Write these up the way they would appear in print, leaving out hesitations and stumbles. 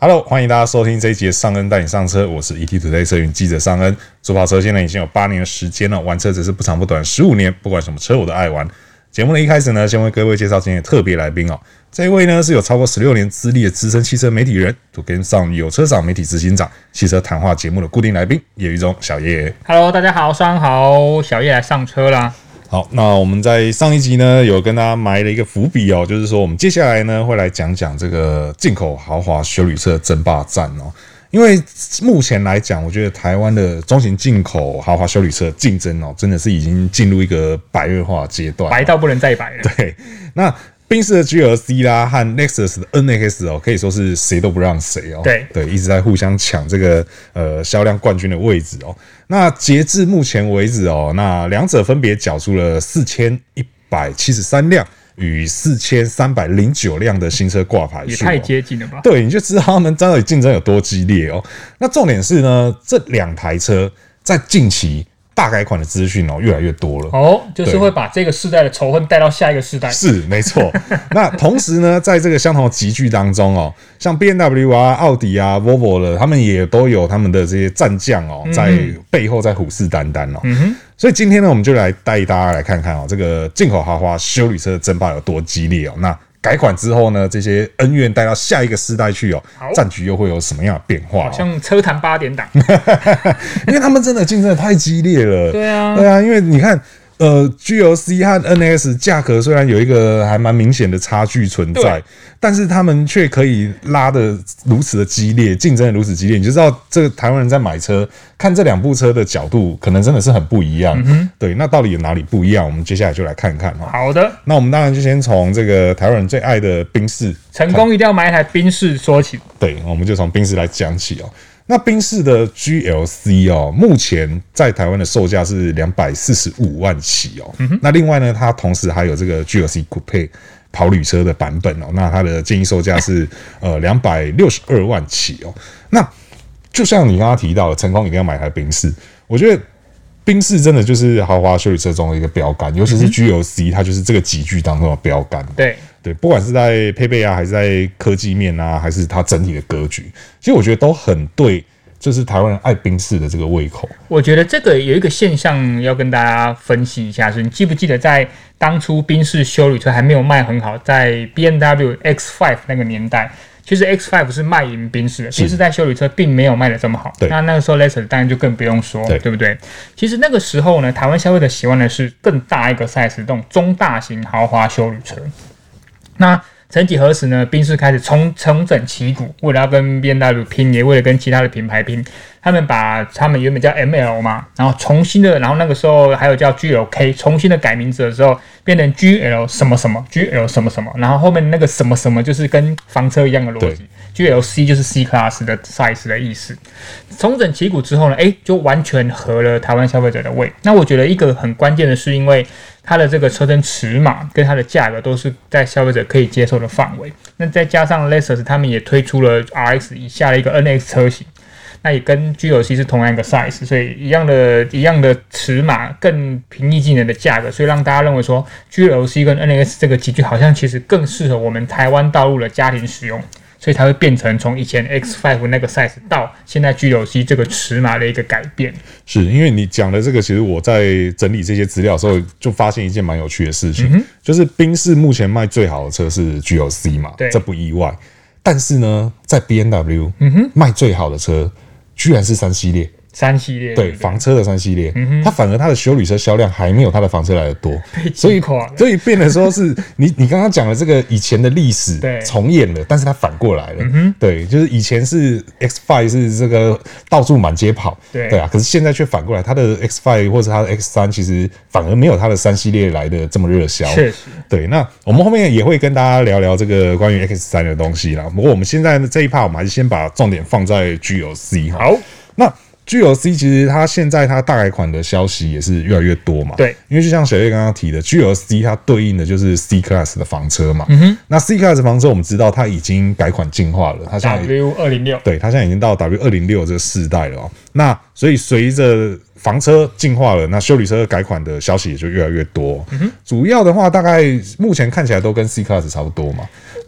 Hello， 欢迎大家收听这一集的尚恩带你上车，我是 ETtoday 社群记者尚恩。主跑车现在已经有8年的时间了，玩车只是不长不短15年，不管什么车我都爱玩。节目的一开始呢，先为各位介绍今天的特别来宾哦。这一位呢是有超过16年资历的资深汽车媒体人，土跟上有车长媒体执行长，汽车谈话节目的固定来宾，业余中小叶。 Hello， 大家好，上好，小叶来上车啦。 好，那我们在上一集呢有跟大家埋了一个伏笔哦，就是说我们接下来呢会来讲讲这个进口豪华休旅车争霸战哦。因为目前来讲，我觉得台湾的中型进口豪华休旅车竞争哦，真的是已经进入一个白热化阶段， 白到不能再白了。 对，那宾士的 GLC 啦和 Lexus 的 NX 哦，可以说是谁都不让谁哦。 对， 一直在互相抢这个销量冠军的位置哦。那截至目前为止哦，那两者分别缴出了4173辆与4309辆的新车挂牌数， 也太接近了吧？ 对，你就知道他们到底竞争有多激烈哦。那重点是呢，这两台车在近期大改款的资讯哦越来越多了哦，就是会把这个世代的仇恨带到下一个世代。 是没错。那同时呢，在这个相同的集聚当中哦，像 BMW 啊、奥迪啊、Volvo 的，他们也都有他们的这些战将哦，在背后在虎视眈眈哦。所以今天呢，我们就来带大家来看看哦，这个进口豪华休旅车的争霸有多激烈哦。那改款之后呢，这些恩怨带到下一个世代去哦，战局又会有什么样的变化？ 好像车坛8点档， 因为他们真的竞争得太激烈了。 对啊， 因为你看。GLC 和 NX 价格虽然有一个还蛮明显的差距存在，但是他们却可以拉得如此的激烈，竞争得如此激烈，你就知道这个台湾人在买车看这两部车的角度，可能真的是很不一样。对，那到底有哪里不一样？我们接下来就来看看哈。 好的， 那我们当然就先从这个台湾人最爱的宾士， 成功一定要买一台宾士说起。 对，我们就从宾士来讲起哦。那宾士的 GLC 哦，目前在台湾的售价是245万起哦。那另外呢，它同时还有这个 GLC Coupe 跑旅车的版本哦，那它的建议售价是262万起哦。那就像你刚刚提到的，成功一定要买台宾士，我觉得宾士真的就是豪华休旅车中的一个标杆，尤其是 GLC， 它就是这个集聚当中的标杆。对，不管是在配备啊，还是在科技面啊，还是它整体的格局，其实我觉得都很对，就是台湾人爱宾士的这个胃口。 我觉得这个有一个现象要跟大家分析一下，是你记不记得在当初宾士休旅车还没有卖很好，在 BMW X5 那个年代，其实 X5 是卖赢宾士的，宾士在休旅车并没有卖的这么好。那个时候 Lexus 当然就更不用说，对不对？其实那个时候呢，台湾消费者喜欢的是更大一个 size 这种中大型豪华休旅车。那曾几何时呢？宾士开始重整旗鼓，为了要跟 BMW 拼，也为了跟其他的品牌拼，他们把他们原本叫 ML 嘛，然后重新的，然後那个时候还有叫 GLK， 重新的改名字的时候变成 GL 什么什么 GL 什么什么，然后后面那个什么什么就是跟房车一样的逻辑。GLC 就是 C Class 的 size 的意思。重整旗鼓之后呢，就完全合了台湾消费者的胃。那我觉得一个很关键的是，因为它的这个车身尺码跟它的价格都是在消费者可以接受的范围。那再加上 Lexus 他们也推出了 RX 以下的一个 NX 车型，那也跟 GLC 是同样一个 size， 所以一样的尺码，更平易近人的价格，所以让大家认为说 GLC 跟 NX 这个集聚好像其实更适合我们台湾道路的家庭使用。所以它会变成从以前 X5 那个 size 到现在 GLC 这个尺码的一个改变。 是因为你讲的这个，其实我在整理这些资料的时候，就发现一件蛮有趣的事情，就是宾士目前卖最好的车是 GLC 嘛，这不意外。但是呢，在 BMW 卖最好的车，居然是3系列。 3系列对房车的3系列，它反而它的休旅车销量还没有它的房车来的多，所以变得说是你刚刚讲的这个以前的历史重演了，但是它反过来了，对，就是以前是 X5 是这个到处满街跑，对啊，可是现在却反过来，它的 X5 或者它的 X3 其实反而没有它的3系列来的这么热销， 确实， 对。那我们后面也会跟大家聊聊这个关于 X3 的东西啦。不过我们现在这一 part 我们还是先把重点放在 GLC 好， 那GLC 其实它现在它大改款的消息也是越来越多嘛， 对， 因为就像小叶刚刚提的 GLC 它对应的就是 C Class 的房车嘛，那 C Class 房车我们知道它已经改款进化了，它现在 W206， 对，它现在已经到 W206 这个世代了哦。那所以随着房车进化了，那休旅车改款的消息也就越来越多。主要的话，大概目前看起来都跟 C Class 差不多嘛。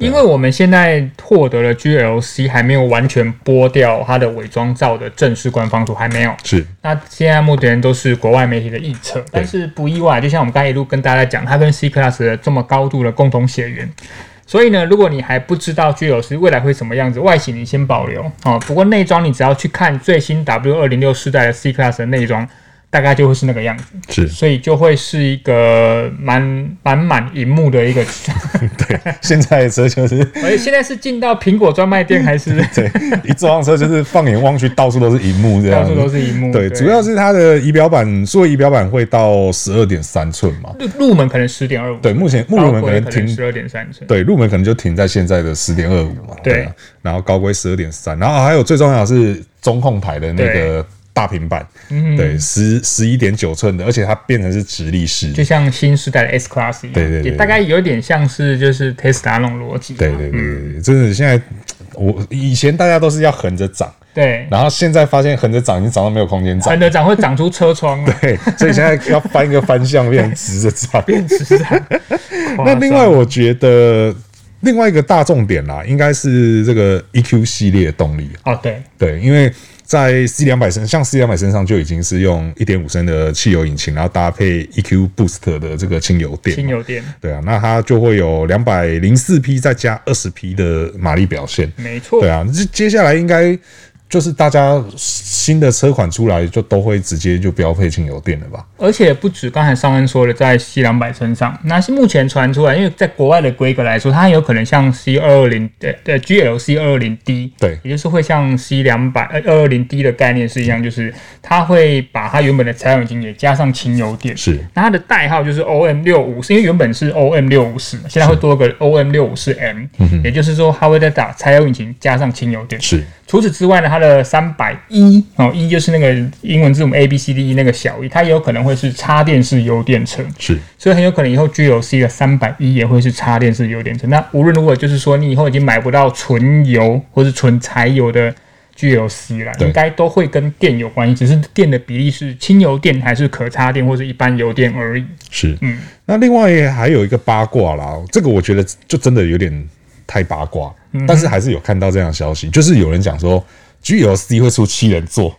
因为我们现在获得了 GLC 还没有完全剥掉它的伪装照的正式官方图，还没有。 是。 那现在目前都是国外媒体的臆测，但是不意外，就像我们刚才一路跟大家讲，它跟 C-Class 的这么高度的共同血缘。所以呢，如果你还不知道 GLC 未来会什么样子，外形你先保留哦。不过内装你只要去看最新 W206 世代的 C-Class 的内装，大概就会是那个样子。 是， 所以就会是一个满萤幕的一个。 对，现在的车就是， 而且现在是进到苹果专卖店还是？ 对，一坐上车就是放眼望去，到处都是萤幕这样。 到处都是萤幕。 对，主要是它的仪表板，数位仪表板会到12.3寸嘛。 入门可能10.25。 对，目前入门可能停 12.3寸。 对，入门可能就停在现在的10.25嘛。 对， 然后高规12.3，然后还有最重要的是中控台的那个大平板，对，11.9寸的，而且它变成是直立式， 就像新时代的 S Class 一样， 对， 也大概有点像是就是 Tesla 那种逻辑。 对，真的现在以前大家都是要横着长。 对， 然后现在发现横着长已经长到没有空间长， 横着长会长出车窗。 对，所以现在要翻一个翻向变直着长， 变直长。 那另外我觉得另外一个大重点啦，应该是这个 EQ 系列的动力。 哦， 对，因为在 C200身，像 C200身上就已经是用 1.5 升的汽油引擎，然后搭配 EQ Boost 的这个轻油电。对啊，那它就会有204匹再加20匹的马力表现。 没错。 对啊，接下来应该就是大家新的车款出来就都会直接就标配轻油电了吧？ 而且不止刚才尚恩说的在 C200 身上，那是目前传出来，因为在国外的规格来说，它有可能像 C220 的 GLC 220D， 对，也就是会像 220D 的概念是一样，就是它会把它原本的柴油引擎也加上轻油电， 是， 那它的代号就是 OM654，因为原本是 OM654，现在会多个 OM654M，也就是说它会再打柴油引擎加上轻油电， 是。 除此之外呢，它的300E E就是那个英文字母 ABCDE 那个小 E， 它也有可能会是插电式油电车，是，所以很有可能以后 GLC 的300E 也会是插电式油电车。那无论如何，就是说你以后已经买不到纯油或是纯柴油的 GLC 了，应该都会跟电有关系，只是电的比例是轻油电还是可插电或是一般油电而已。 是，那另外还有一个八卦啦，这个我觉得就真的有点太八卦，但是还是有看到这样的消息，就是有人讲说 GLC 会出7人座。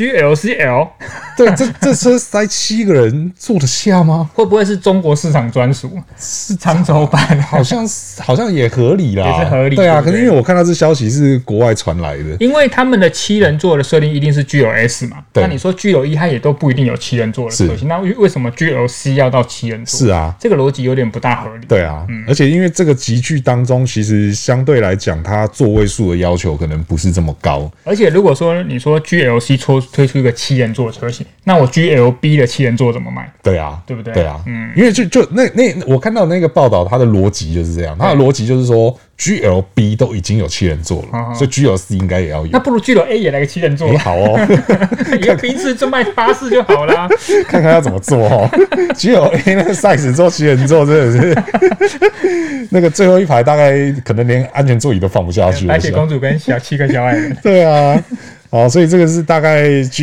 GLCL 对，这车塞7个人坐得下吗？ 会不会是中国市场专属？是长轴版？好像也合理啦， 也是合理。 对啊，可是因为我看到这消息是国外传来的， 因为他们的7人座的设定一定是 GLS 嘛，那你说 GLE 它也都不一定有7人座的特性，那为什么 GLC 要到7人座？ 是啊， 这个逻辑有点不大合理。 对啊，而且因为这个集聚当中，其实相对来讲，它座位数的要求可能不是这么高， 而且如果说你说 GLC 推出一个7人座的车型，那我 GLB 的7人座怎么卖？ 对啊， 对不对？ 对啊，因为就我看到那个报道，它的逻辑就是这样，它的逻辑就是说 GLB 都已经有7人座了，所以 GLC 应该也要有。 那不如 GLA 也来个7人座？ 好哦， 也平时就卖巴士就好啦。 看看要怎么做哦。GLA 那个 size 做7人座真的是，那个最后一排大概可能连安全座椅都放不下去了。 白雪公主跟7个小矮人。 对啊。好，所以这个是大概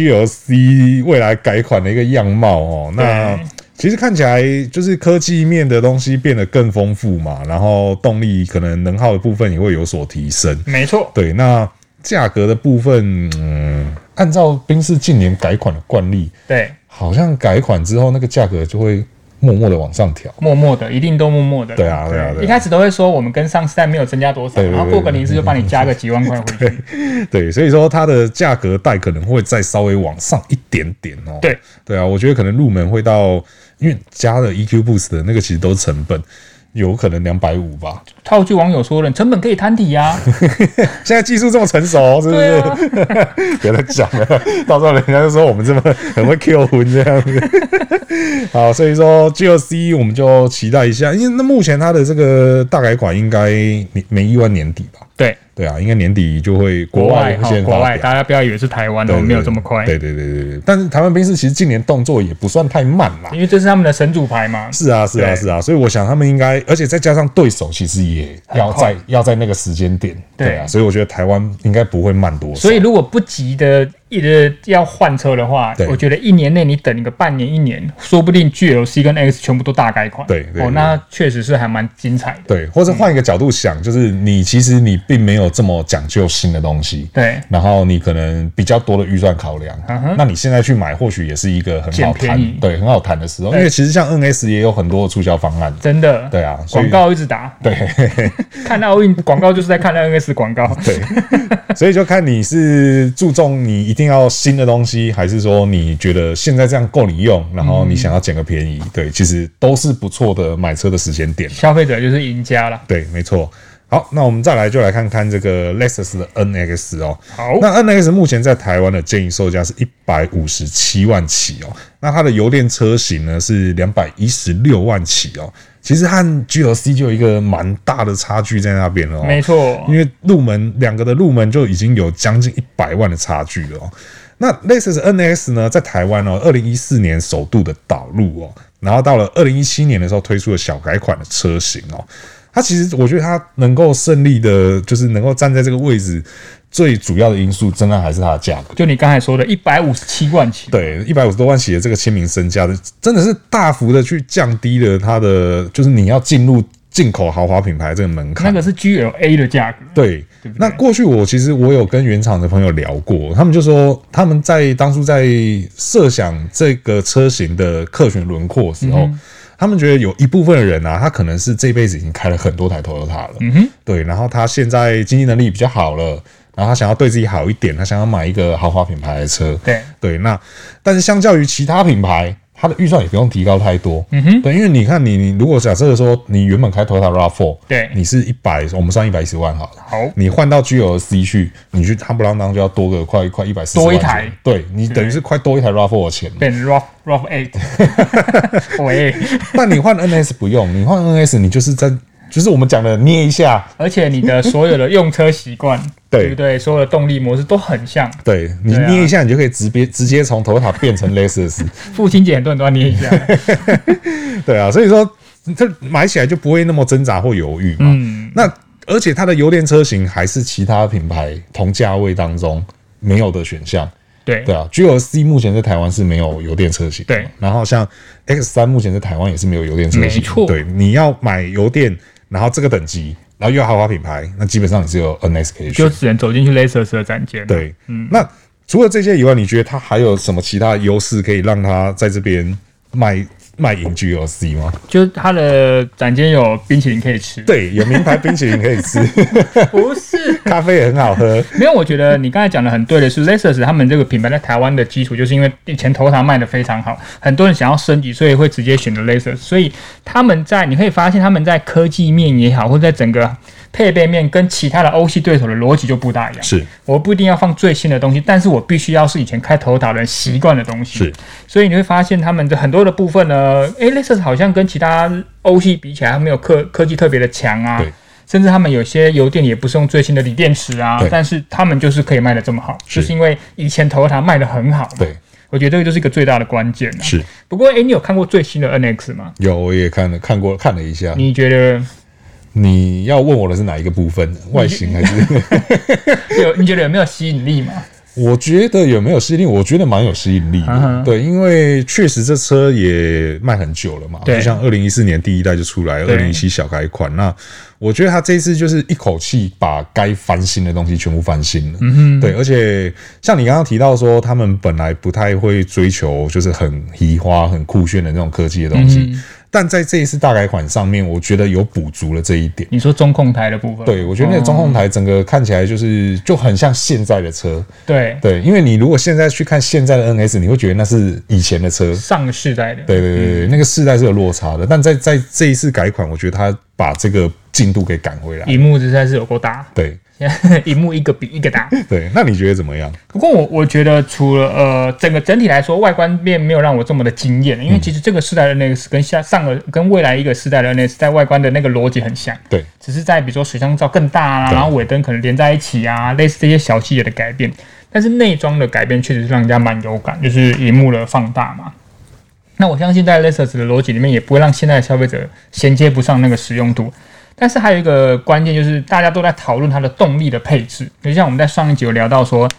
GLC 未来改款的一个样貌哦。那其实看起来就是科技面的东西变得更丰富嘛，然后动力可能能耗的部分也会有所提升。 没错， 对。那价格的部分，按照宾士近年改款的惯例， 对， 好像改款之后那个价格就会默默的往上调， 默默的，一定都默默的。 对啊， 一开始都会说我们跟上世代没有增加多少，然后过个年就帮你加个几万块回去。 对，所以说它的价格带可能会再稍微往上一点点哦。对啊，我觉得可能入门会到，因为加了 EQ Boost 的那个其实都是成本。有可能250吧。 套句网友说的，成本可以摊底啊。 现在技术这么成熟，是不是？别再讲了，到时候人家就说我们这么很会 Q 魂这样子。好，所以说 GLC 我们就期待一下，因为那目前它的这个大改款应该没意外年底吧？对啊，应该年底就会国外先发表， 大家不要以为是台湾的，没有这么快。 对，但是台湾宾士其实近年动作也不算太慢啦， 因为这是他们的神主牌嘛。 是啊，所以我想他们应该，而且再加上对手其实也要在那个时间点，对啊，所以我觉得台湾应该不会慢多少。 所以如果不急的一直要换车的话，我觉得1年内你等个半年1年，说不定 GLC 跟 X 全部都大改款。 对， 那确实是还蛮精彩的。 对，或者换一个角度想，就是其实你并没有这么讲究新的东西， 对， 然后你可能比较多的预算考量，那你现在去买，或许也是一个很好谈，对，很好谈的时候，因为其实像 NS 也有很多的促销方案， 真的， 对啊， 广告一直打， 对， 看奥运广告就是在看 NS 广告， 对，所以就看你是注重你一定要新的东西，还是说你觉得现在这样够你用，然后你想要捡个便宜，对，其实都是不错的买车的时间点， 消费者就是赢家啦。 对，没错。好，那我们再来就来看看这个 Lexus 的 NX 哦。 好， 那 NX 目前在台湾的建议售价是157万起哦。那它的油电车型呢是216万起哦。其实和 GLC 就有一个蛮大的差距在那边了哦。 没错， 因为两个的入门就已经有将近100万的差距了哦。那 Lexus NX 呢，在台湾哦，2014年首度的导入哦，然后到了2017年的时候推出了小改款的车型哦。它其实我觉得它能够胜利的，就是能够站在这个位置，最主要的因素，真的还是它的价格。 就你刚才说的157万起， 对，150多万起的这个亲民身价的，真的是大幅的去降低了它的，就是你要进入进口豪华品牌这个门槛。 那个是 GLA 的价格。 对， 对不对？ 那过去其实我有跟原厂的朋友聊过，他们就说他们当初在设想这个车型的客群轮廓的时候。他们觉得有一部分的人啊，他可能是这辈子已经开了很多台 Toyota 了，对，然后他现在经济能力比较好了，然后他想要对自己好一点，他想要买一个豪华品牌的车，对，那但是相较于其他品牌，他的预算也不用提高太多，对，因为你看你如果假设说你原本开 Toyota RAV4， 对， 你是我们算110万好了， 好， 你换到 GLC 去，你去夯不啷当就要多个快140万， 多一台， 对你等于是快多一台 RAV4 的钱， 变 RAV8，喂， 但你换 NS 不用，你换 NS 你就是我们讲的捏一下， 而且你的所有的用车习惯，对不对？所有的动力模式都很像。 对，你捏一下，你就可以直接从 Toyota 变成 Lexus。 父亲节很多人都要捏一下。 对啊，所以说这买起来就不会那么挣扎或犹豫嘛。那而且它的油电车型还是其他品牌同价位当中没有的选项。对啊 ，GLC 目前在台湾是没有油电车型， 对。 然后像 X3 目前在台湾也是没有油电车型， 没错。 对，你要买油电，然后这个等级，然后又要豪华品牌，那基本上你只有 NS 可以选， 就只能走进去 Lexus 的展间。 对，那除了这些以外，你觉得它还有什么其他的优势可以让它在这边卖赢 GLC 吗？ 就是它的展间有冰淇淋可以吃， 对，有名牌冰淇淋可以吃， 不是， 咖啡也很好喝。 没有，我觉得你刚才讲的很对的是 ，Lexus 他们这个品牌在台湾的基础，就是因为以前Toyota卖的非常好，很多人想要升级，所以会直接选择 Lexus，所以你可以发现他们在科技面也好，或者在整个配备面跟其他的欧系对手的逻辑就不大一样。 是， 我不一定要放最新的东西，但是我必须要是以前开Toyota的人习惯的东西。 是， 所以你会发现他们的很多的部分呢，Lexus 好像跟其他欧系比起来，它没有科技特别的强啊。 对。 甚至他们有些油电也不是用最新的锂电池啊，但是他们就是可以卖得这么好，就是因为以前Toyota卖得很好。 对， 我觉得这个就是一个最大的关键。 是。不过，你有看过最新的 NX 吗？ 有，我也看了一下。 你觉得？ 你要问我的是哪一个部分？外形还是？ 你觉得有没有吸引力嘛？ 我觉得有没有吸引力？我觉得蛮有吸引力的。对，因为确实这车也卖很久了嘛，就像2014年第一代就出来，2017小改款。那我觉得他这一次就是一口气把该翻新的东西全部翻新了。对，而且像你刚刚提到说，他们本来不太会追求就是很移花、很酷炫的那种科技的东西。但在这一次大改款上面，我觉得有补足了这一点。 你说中控台的部分？ 对，我觉得那个中控台整个看起来就很像现在的车。 对， 因为你如果现在去看现在的 NS， 你会觉得那是以前的车， 上个世代的。 对，那个世代是有落差的。但在这一次改款，我觉得它把这个进度给赶回来。 萤幕实在是有够大。 对。 萤幕一个比一个大。 对，那你觉得怎么样？ 不过我觉得除了整体来说，外观面没有让我这么的惊艳，因为其实这个世代的 NX 跟未来一个世代的 NX 在外观的那个逻辑很像。对，只是在比如说水箱罩更大啊，然后尾灯可能连在一起啊，类似这些小细节的改变。但是内装的改变确实是让人家蛮有感，就是萤幕的放大嘛。那我相信在 Lexus 的逻辑里面，也不会让现在的消费者衔接不上那个实用度。但是还有一个关键就是，大家都在讨论它的动力的配置。就像我们在上一集有聊到说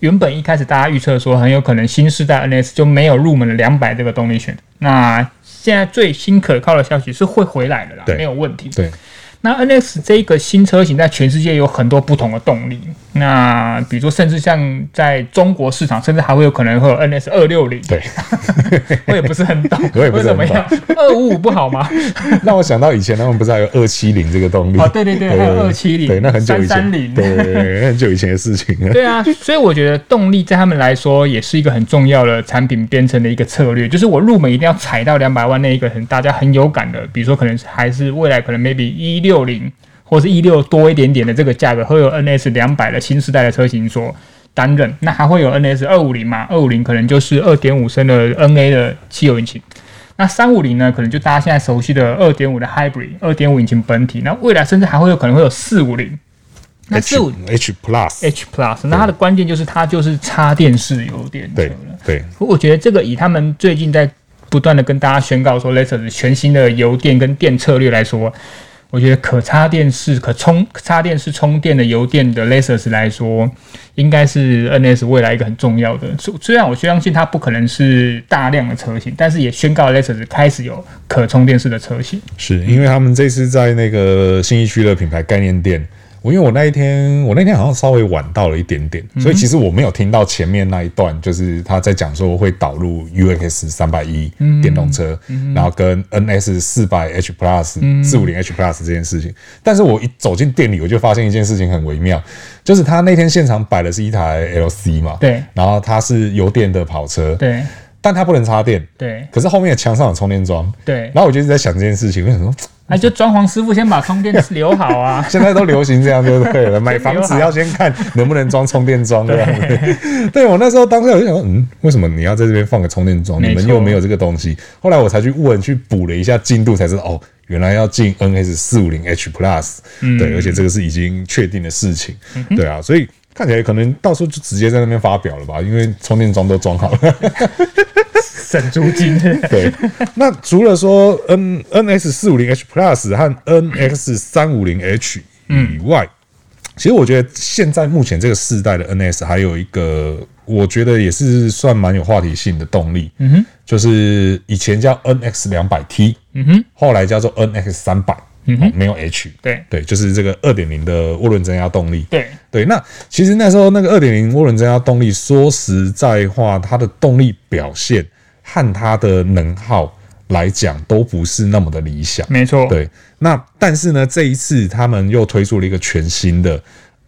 原本一开始大家预测说很有可能新世代 NS 就没有入门的200这个动力选择，那现在最新可靠的消息是会回来的啦，没有问题。 对。 那 NX 这个新车型在全世界有很多不同的动力，那比如说甚至像在中国市场，甚至还会有可能会有 NS 260。 对， 我也不是很懂， 我也不是很懂。 为什么要255不好吗？ 让我想到以前他们不是还有270这个动力？ 哦，对，还有270， 对，那很久以前 330， 对，很久以前的事情了。 对啊，所以我觉得动力在他们来说也是一个很重要的产品编程的一个策略，就是我入门一定要踩到200万那一个大家很有感的，比如说可能还是未来可能 maybe 160或是16多一点点的这个价格，会有 NS 200的新世代的车型所担任。那还会有 NS 250嘛？250可能就是 2.5 升的 NA 的汽油引擎。那350呢，可能就大家现在熟悉的 2.5 的 Hybrid 2.5 引擎本体。那未来甚至还会有可能会有450。那450 H Plus， 那它的关键就是它就是插电式油电车了。 对， 我觉得这个以他们最近在不断的跟大家宣告说 Lexus 全新的油电跟电策略来说，我觉得可插电式充电的油电的 Lexus 来说，应该是 NS 未来一个很重要的。虽然我相信它不可能是大量的车型，但是也宣告 Lexus 开始有可充电式的车型。 是因为他们这次在那个信义区的品牌概念店。因为我那天好像稍微晚到了一点点，所以其实我没有听到前面那一段，就是他在讲说会导入 UX 310电动车，然后跟 NS 400 H Plus 450 H Plus 这件事情。但是我一走进店里，我就发现一件事情很微妙，就是他那天现场摆的是一台 LC 嘛， 对， 然后它是油电的跑车， 对。 但它不能插电， 对。 可是后面的墙上有充电桩， 对。 然后我就一直在想这件事情，为什么？ 就装潢师傅先把充电留好啊！ 现在都流行这样，对不对？买房子要先看能不能装充电桩，这样子。对，我那时候当时我就想说，为什么你要在这边放个充电桩？你们又没有这个东西。后来我才去补了一下进度，才知道哦，原来要进 NS 450 H Plus，对，而且这个是已经确定的事情，对啊，所以看起来可能到时候就直接在那边发表了吧，因为充电桩都装好了。 省租金。 对，那除了说 NS 450 H Plus 和 NX 350 H 以外，其实我觉得现在目前这个世代的 NS 还有一个，我觉得也是算蛮有话题性的动力，就是以前叫 NX 200T，后来叫做 NX 300。没有 H， 对，就是这个 2.0 的涡轮增压动力。对，那其实那时候那个 2.0 涡轮增压动力，说实在话，它的动力表现和它的能耗来讲都不是那么的理想。 没错， 对。那但是呢，这一次他们又推出了一个全新的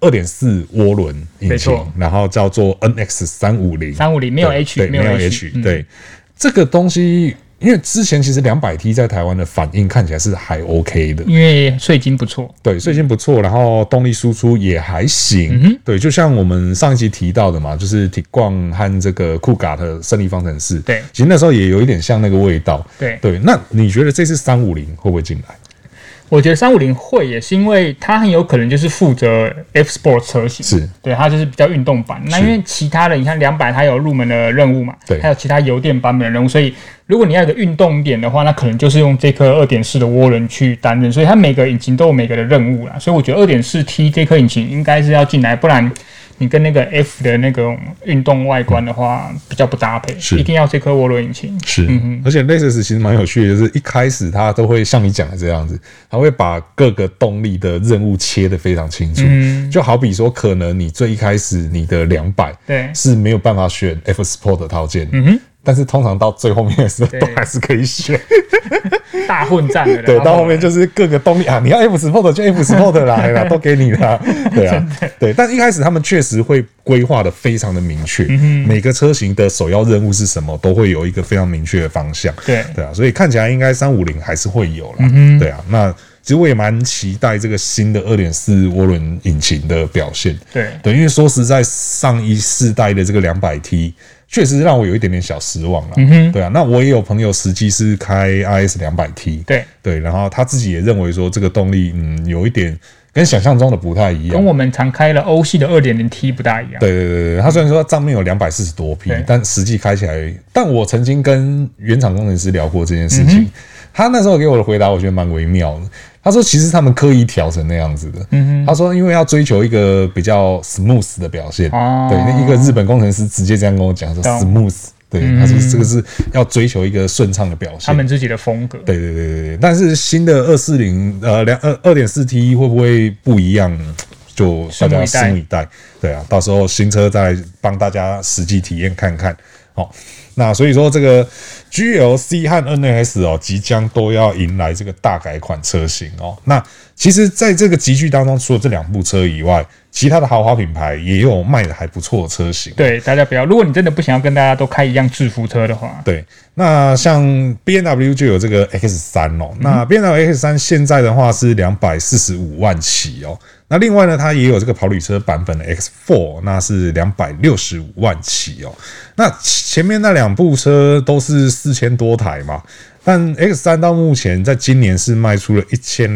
2.4 涡轮引擎，然后叫做 NX 350，没有 H， 对，没有 H，对，这个东西。因为之前其实200T 在台湾的反应看起来是还 OK 的， 因为税金不错， 对，税金不错，然后动力输出也还行，对，就像我们上一集提到的嘛，就是 Tiguan 和这个酷咖的胜利方程式， 对， 其实那时候也有一点像那个味道， 对， 那你觉得这次350会不会进来？ 我觉得350会，也是因为它很有可能就是负责 F Sport 车型， 是对， 它就是比较运动版。那因为其他的，你看200它有入门的任务嘛，对，还有其他油电版本的任务，所以如果你要有个运动点的话，那可能就是用这颗 2.4 的涡轮去担任，所以它每个引擎都有每个的任务啦。所以我觉得 2.4T 这颗引擎应该是要进来，不然你跟那个 F 的那个运动外观的话比较不搭配，一定要这颗涡轮引擎。 是，而且 Lexus 其实蛮有趣的，就是一开始它都会像你讲的这样子，它会把各个动力的任务切得非常清楚。就好比说，可能你最一开始你的200 对是没有办法选 F Sport 的套件，但是通常到最后面的时候都还是可以选。 大混战的， 对，到后面就是各个动力啊，你要 F Sport 就 F Sport 啦，都给你啦，对啊，对。但一开始他们确实会规划的非常的明确，每个车型的首要任务是什么，都会有一个非常明确的方向，对啊，所以看起来应该350还是会有啦，对啊，那其实我也蛮期待这个新的2.4 涡轮引擎的表现，对，因为说实在，上一世代的这个200T。确实让我有一点点小失望了，对啊，那我也有朋友实际是开 RS 200T，对，然后他自己也认为说这个动力有一点跟想象中的不太一样， 跟我们常开了欧系的 2.0T 不大一样。 对，它虽然说账面有240多匹，但实际开起来，但我曾经跟原厂工程师聊过这件事情，他那时候给我的回答，我觉得蛮微妙的。他说，其实他们刻意调成那样子的。他说，因为要追求一个比较 smooth 的表现，对，那一个日本工程师直接这样跟我讲说 smooth。对，他说这个是要追求一个顺畅的表现， 他们自己的风格。 对，但是新的2.4T 会不会不一样？就大家拭目以待。对啊，到时候新车再帮大家实际体验看看。那所以说这个 GLC 和 NS 即将都要迎来这个大改款车型那其实在这个集聚当中，除了这2部车以外，其他的豪华品牌也有卖的还不错的车型。 对，大家不要，如果你真的不想要跟大家都开一样制服车的话， 对，那像 B&W 就有这个 X3那 B&W X3 现在的话是245万起那另外呢，它也有这个跑旅车版本的 X4， 那是265万起那前面那2部车都是4000多台嘛，但 X3 到目前在今年是卖出了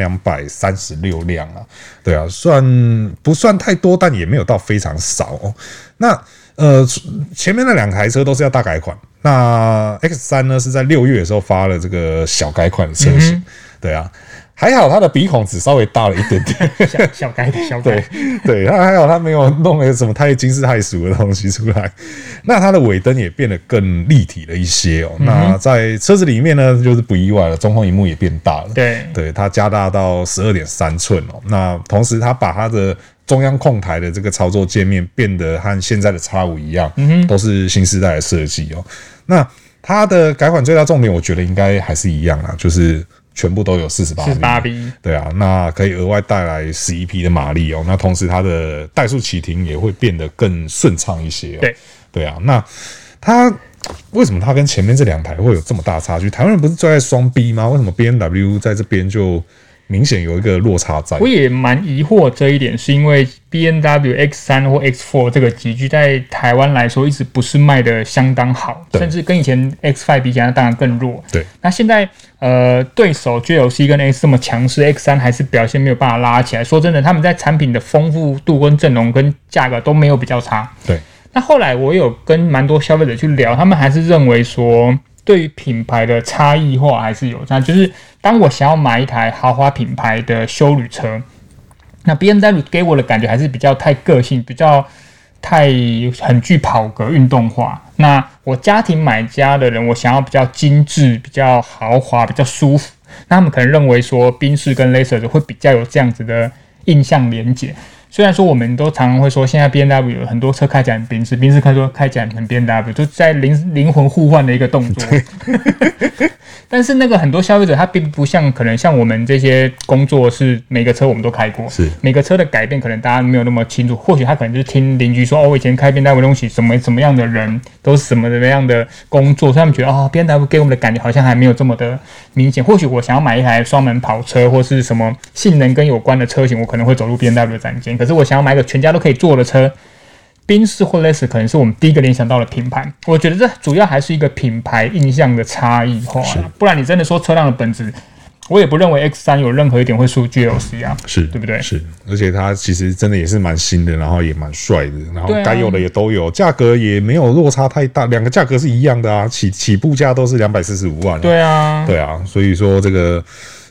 1236辆啊，对啊，不算太多，但也没有到非常少那前面那2台车都是要大改款，那 X3 呢是在6月的时候发了这个小改款的车型，对啊。还好它的鼻孔只稍微大了一点点， 小改的小改， 对，它还好它没有弄了什么太惊世骇俗的东西出来。那它的尾灯也变得更立体了一些那在车子里面呢，就是不意外了，中控萤幕也变大了，对，它加大到12.3寸那同时它把它的中央控台的这个操作界面变得和现在的 X5 一样，都是新世代的设计那它的改款最大重点，我觉得应该还是一样啦，就是全部都有48匹，对啊，那可以额外带来11匹的马力那同时它的怠速启停也会变得更顺畅一些对啊，那它为什么它跟前面这2台会有这么大差距？台湾人不是最爱双 B 吗？为什么 B&W 在这边就明显有一个落差在？ 我也蛮疑惑这一点，是因为 B&W X3 或 X4 这个级距在台湾来说一直不是卖的相当好，甚至跟以前 X5 比起来当然更弱。 对， 那现在对手 GLC 跟 X 这么强势 ，X3 还是表现没有办法拉起来。说真的，他们在产品的丰富度跟阵容跟价格都没有比较差。 对， 那后来我有跟蛮多消费者去聊，他们还是认为说，对于品牌的差异化还是有差，就是当我想要买一台豪华品牌的休旅车，那 B&W 给我的感觉还是比较太个性，比较很具跑格运动化。那我家庭买家的人，我想要比较精致、比较豪华、比较舒服，那他们可能认为说宾士跟 Lexus 会比较有这样子的印象连结。虽然说我们都常常会说，现在 B&W 有很多车开起来很宾士，宾士开起来很 B&W， 就在灵魂互换的一个动作。但是那个很多消费者他并不像可能像我们这些工作是每个车我们都开过，是每个车的改变可能大家没有那么清楚，或许他可能就是听邻居说我以前开 B&W 的东西什么样的人都是什么样的工作，所以他们觉得B&W 给我们的感觉好像还没有这么的明显。或许我想要买一台双门跑车或是什么性能跟有关的车型，我可能会走入 B&W 的展间。可是我想要买一个全家都可以坐的车，宾士或 Lexus 可能是我们第一个联想到的品牌。我觉得这主要还是一个品牌印象的差异化，不然你真的说车辆的本质，我也不认为 X3 有任何一点会输 GLC 啊， 是对不对？ 是，而且它其实真的也是蛮新的，然后也蛮帅的，然后该有的也都有，价格也没有落差太大，两个价格是一样的啊，起步价都是245万。 对啊， 对啊，所以说这个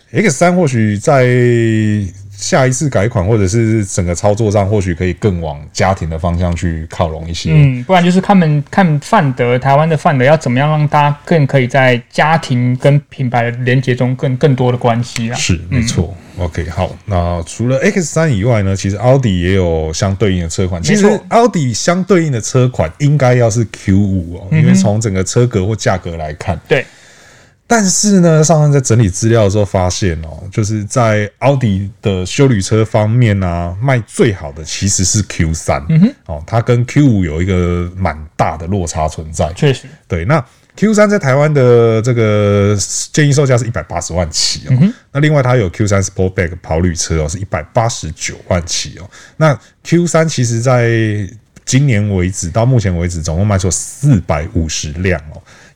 X3 或许在下一次改款或者是整个操作上，或许可以更往家庭的方向去靠拢一些。 不然就是看范德，台湾的范德要怎么样让大家更可以在家庭跟品牌的连结中更多的关系啊。 是，没错。OK， 好，那除了 X3 以外呢，其实奥迪也有相对应的车款。其实奥迪相对应的车款应该要是 Q5 因为从整个车格或价格来看，对。但是呢，上次在整理资料的时候发现就是在奥迪的休旅车方面卖最好的其实是 Q3，它跟 Q5 有一个蛮大的落差存在。确实，对。那 Q3 在台湾的这个建议售价是180万起那另外它有 Q3 Sportback 跑旅车是189万起那 Q3 其实在今年为止到目前为止总共卖出450辆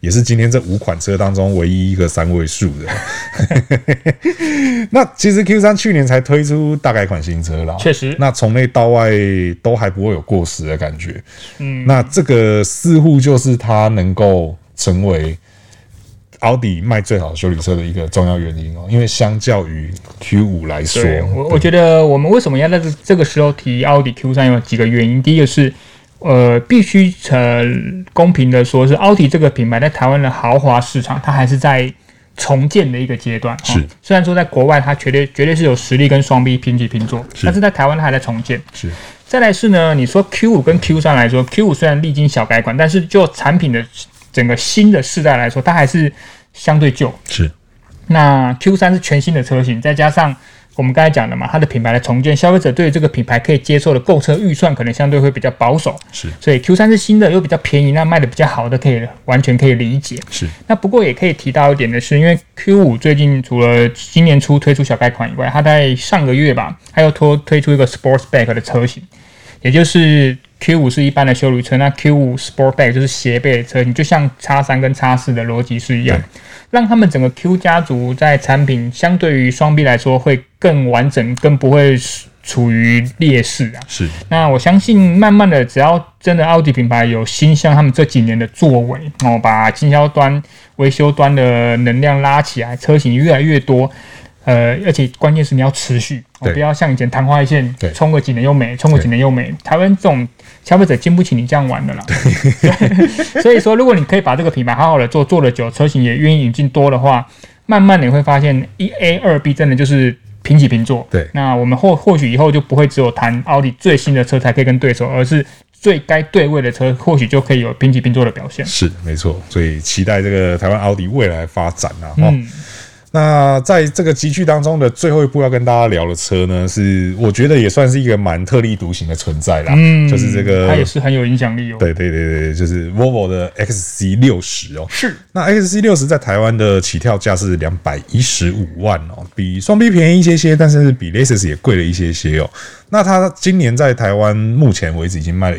也是今天这5款车当中唯一一个3位数的。那其实 Q3 去年才推出大改款新车啦， 确实， 那从内到外都还不会有过时的感觉。那这个似乎就是它能够成为奥迪卖最好的休旅车的一个重要原因哦，因为相较于 Q5 来说， 我觉得我们为什么要在这个时候提奥迪 Q3 有几个原因。第一个是必须公平的说，是奥迪这个品牌在台湾的豪华市场，它还是在重建的一个阶段。 是， 虽然说在国外它绝对是有实力跟双 B 平起平坐，但是在台湾它还在重建。 是。 再来是呢，你说 Q5 跟 Q3 来说 ，Q5 虽然历经小改款，但是就产品的整个新的世代来说，它还是相对旧。 是。 那 Q3 是全新的车型，再加上我们刚才讲的嘛，它的品牌的重建，消费者对于这个品牌可以接受的购车预算可能相对会比较保守。 是。所以 Q3 是新的又比较便宜，那卖的比较好的，完全可以理解。 是。 那不过也可以提到一点的是，因为 Q5 最近除了今年初推出小改款以外，它在上个月吧，它又推出一个 Sportsback 的车型。也就是 Q5 是一般的休旅车，那 Q5 Sportback 就是斜背的车型，就像 X3 跟 X4 的逻辑是一样，让他们整个 Q 家族在产品相对于双 B 来说会更完整，更不会处于劣势啊。 是。 那我相信慢慢的，只要真的奥迪品牌有心向他们这几年的作为，把经销端、维修端的能量拉起来，车型越来越多。而且关键是你要持续，不要像以前昙花一现，冲个几年又没，冲个几年又没。台湾这种消费者经不起你这样玩的啦。所以说，如果你可以把这个品牌好好的做得久，车型也愿意引进多的话，慢慢你会发现1A 2B 真的就是平起平坐。 对， 那我们或许以后就不会只有谈奥迪最新的车才可以跟对手，而是最该对位的车，或许就可以有平起平坐的表现。 是，没错。所以期待这个台湾奥迪未来发展啊。那在这个集聚当中的最后一部要跟大家聊的车呢，是我觉得也算是一个蛮特立独行的存在啦。就是这个， 它也是很有影响力哦。 对，就是 Volvo 的 XC60哦。 是。 那 XC60在台湾的起跳价是215万哦，比双 B 便宜一些，但是比 Lexus 也贵了一些哦。那它今年在台湾目前为止已经卖了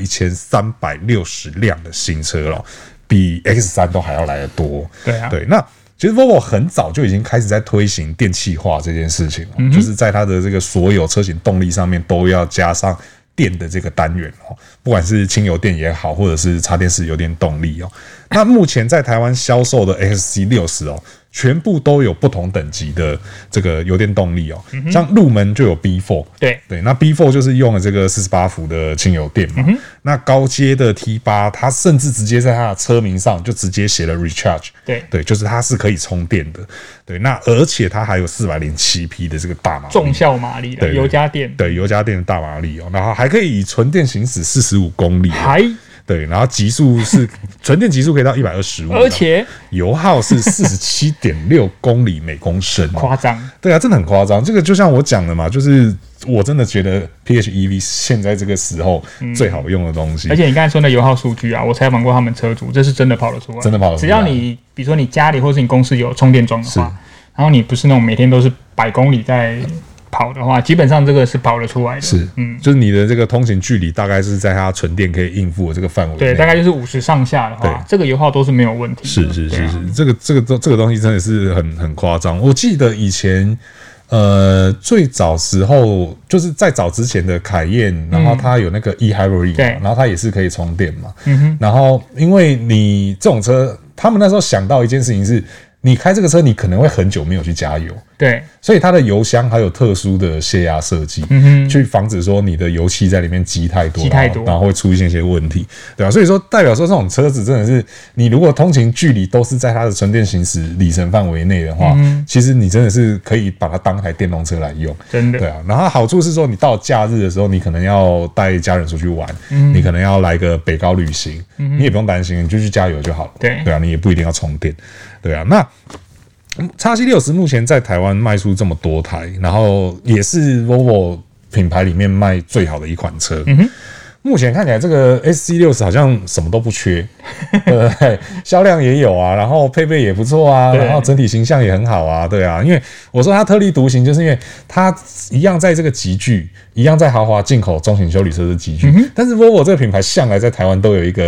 1360辆的新车了，比 X3 都还要来得多。 对啊。 对，那其实 Volvo 很早就已经开始在推行电气化这件事情，就是在它的这个所有车型动力上面都要加上电的这个单元哦，不管是轻油电也好，或者是插电式油电动力哦。那目前在台湾销售的 XC60哦，全部都有不同等级的这个油电动力哦，像入门就有 B4， 对，那 B4 就是用了这个48伏的轻油电嘛。那高阶的 T8， 它甚至直接在它的车名上就直接写了 Recharge， 对，就是它是可以充电的。对，那而且它还有407匹的这个大马力， 重效马力的油加电， 对，油加电的大马力哦，然后还可以以纯电行驶45公里，对，然后极速是纯电极速可以到125， 而且油耗是47.6公里每公升， 夸张。 对啊，真的很夸张。这个就像我讲的嘛，就是我真的觉得 PHEV 现在这个时候最好用的东西。 而且你刚才说的油耗数据啊，我采访过他们车主，这是真的跑得出来， 真的跑得出来。 只要你比如说你家里或是你公司有充电桩的话，然后你不是那种每天都是100公里在跑的话，基本上这个是跑得出来的。 是，就是你的这个通勤距离大概是在它纯电可以应付的这个范围内。 对，大概就是50上下的话，这个油耗都是没有问题的。 是，这个东西真的是很夸张。我记得以前最早时候就是在早之前的凯宴，然后它有那个 eHybrid， 然后它也是可以充电嘛。然后因为你这种车，他们那时候想到一件事情是，你开这个车，你可能会很久没有去加油。对，所以它的油箱还有特殊的泄压设计，去防止说你的油气在里面积太多，然后会出现一些问题，对吧？所以说代表说这种车子真的是，你如果通勤距离都是在它的纯电行驶里程范围内的话，其实你真的是可以把它当台电动车来用，真的。对啊，然后好处是说，你到假日的时候，你可能要带家人出去玩，你可能要来个北高旅行，你也不用担心，你就去加油就好了。对啊，你也不一定要充电，对啊，那。XC60目前在台湾卖出这么多台，然后也是 Volvo 品牌里面卖最好的一款车。目前看起来这个 XC60 好像什么都不缺，对，销量也有啊，然后配备也不错啊，然后整体形象也很好啊，对啊，因为我说它特立独行，就是因为它一样在这个集聚，一样在豪华进口中型休旅车的集聚，但是 Volvo 这个品牌向来在台湾都有一个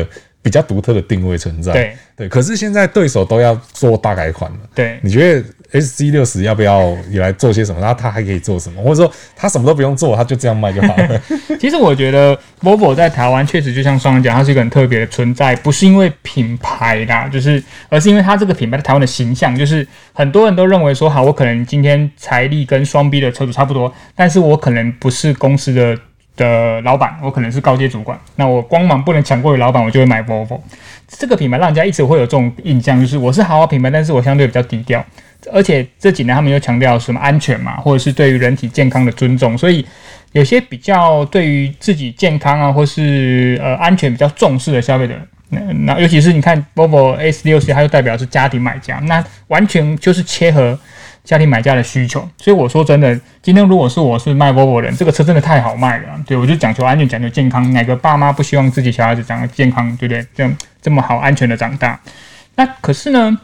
比较独特的定位存在。 对， 可是现在对手都要做大改款了。 对， 你觉得 SC60 要不要也来做些什么？然后他还可以做什么？或者说他什么都不用做，他就这样卖就好了？ 其实我觉得 Volvo 在台湾确实就像双人讲，它是一个很特别的存在，不是因为品牌啦，而是因为它这个品牌在台湾的形象，就是很多人都认为说，好，我可能今天财力跟双 B 的车主差不多，但是我可能不是公司的老板，我可能是高阶主管，那我光芒不能抢过于老板，我就会买 Volvo。这个品牌让人家一直会有这种印象，就是我是豪华品牌，但是我相对比较低调。而且这几年他们又强调什么安全嘛，或者是对于人体健康的尊重，所以有些比较对于自己健康啊，或是安全比较重视的消费者，那尤其是你看 Volvo S60，它就代表是家庭买家，那完全就是切合家庭买家的需求。所以我说真的，今天如果是我是卖 Volvo 的人，这个车真的太好卖了。对，我就讲求安全，讲求健康，哪个爸妈不希望自己小孩子长得健康，对不对？这么好安全的长大。那可是呢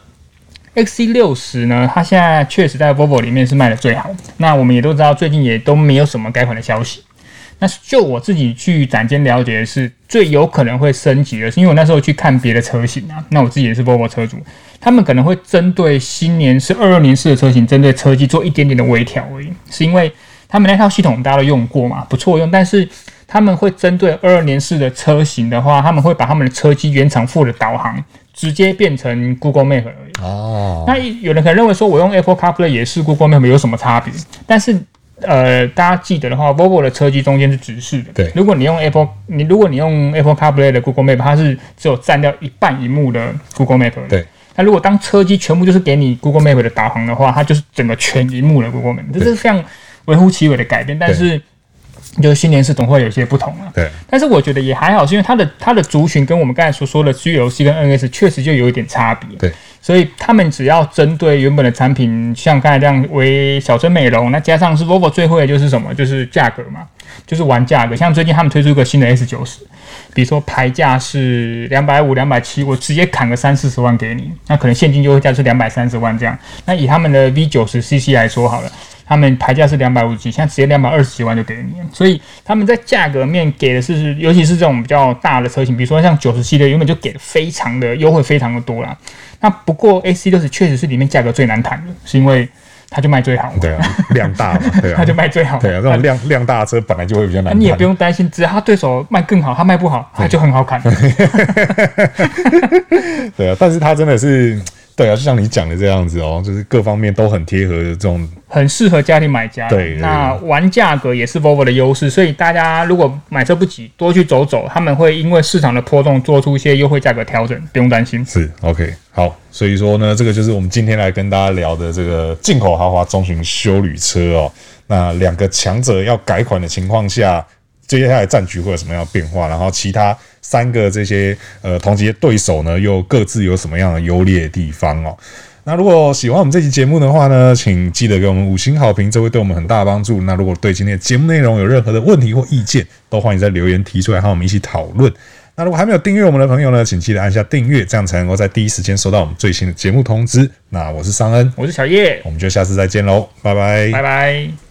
，XC60 呢，它现在确实在 Volvo 里面是卖的最好。那我们也都知道，最近也都没有什么改款的消息。那就我自己去展间了解的是，最有可能会升级的是，因为我那时候去看别的车型啊，那我自己也是 Volvo 车主，他们可能会针对新年是22年式的车型，针对车机做一点点的微调而已，是因为他们那套系统大家都用过嘛，不错用，但是他们会针对22年式的车型的话，他们会把他们的车机原厂附的导航直接变成 Google Map 而已。 哦， 那有人可能认为说，我用 Apple CarPlay 也是 Google Map 有什么差别？但是大家记得的话 ，Volvo 的车机中间是直视的。 对， 如果你用 Apple CarPlay 的 Google Map， 它是只有占掉一半萤幕的 Google Map。对。那如果当车机全部就是给你 Google Map 的导航的话，它就是整个全萤幕的 Google Map， 这是非常微乎其微的改变。但是就是新年式总会有一些不同了。 对。 但是我觉得也还好，是因为它的族群跟我们刚才所说的 GLC 跟 NS 确实就有一点差别。 对。 所以他们只要针对原本的产品，像刚才这样为小车美容，那加上是 Volvo 最会的就是什么？就是价格嘛，就是玩价格。像最近他们推出一个新的 S90，比如说牌价是250、270，我直接砍个30-40万给你，那可能现金优惠价是230万这样。那以他们的 V90CC 来说好了，他们牌价是250几，现在直接220几万就给你。所以他们在价格面给的是，尤其是这种比较大的车型，比如说像90系列，原本就给的非常的优惠，非常的多啦。那不过 XC60 确实是里面价格最难谈的，是因为它就卖最好。 对啊，量大嘛，对啊， 它就卖最好。 对啊，这种量大的车本来就会比较难谈。 你也不用担心，只要他对手卖更好，他卖不好，他就很好砍。 对啊，但是他真的是。对啊，就像你讲的这样子哦，就是各方面都很贴合的这种， 很适合家庭买家。 对， 那玩价格也是 Volvo 的优势，所以大家如果买车不急，多去走走，他们会因为市场的波动做出一些优惠价格调整，不用担心。 是 OK， 好，所以说呢，这个就是我们今天来跟大家聊的这个进口豪华中型休旅车哦。那两个强者要改款的情况下，接下来战局会有什么样的变化？然后其他三个这些同级的对手呢，又各自有什么样的优劣的地方哦？那如果喜欢我们这期节目的话呢，请记得给我们5星好评，这会对我们很大的帮助。那如果对今天的节目内容有任何的问题或意见，都欢迎在留言提出来，和我们一起讨论。那如果还没有订阅我们的朋友呢，请记得按下订阅，这样才能够在第一时间收到我们最新的节目通知。那我是尚恩， 我是小叶， 我们就下次再见喽，拜拜， 拜拜。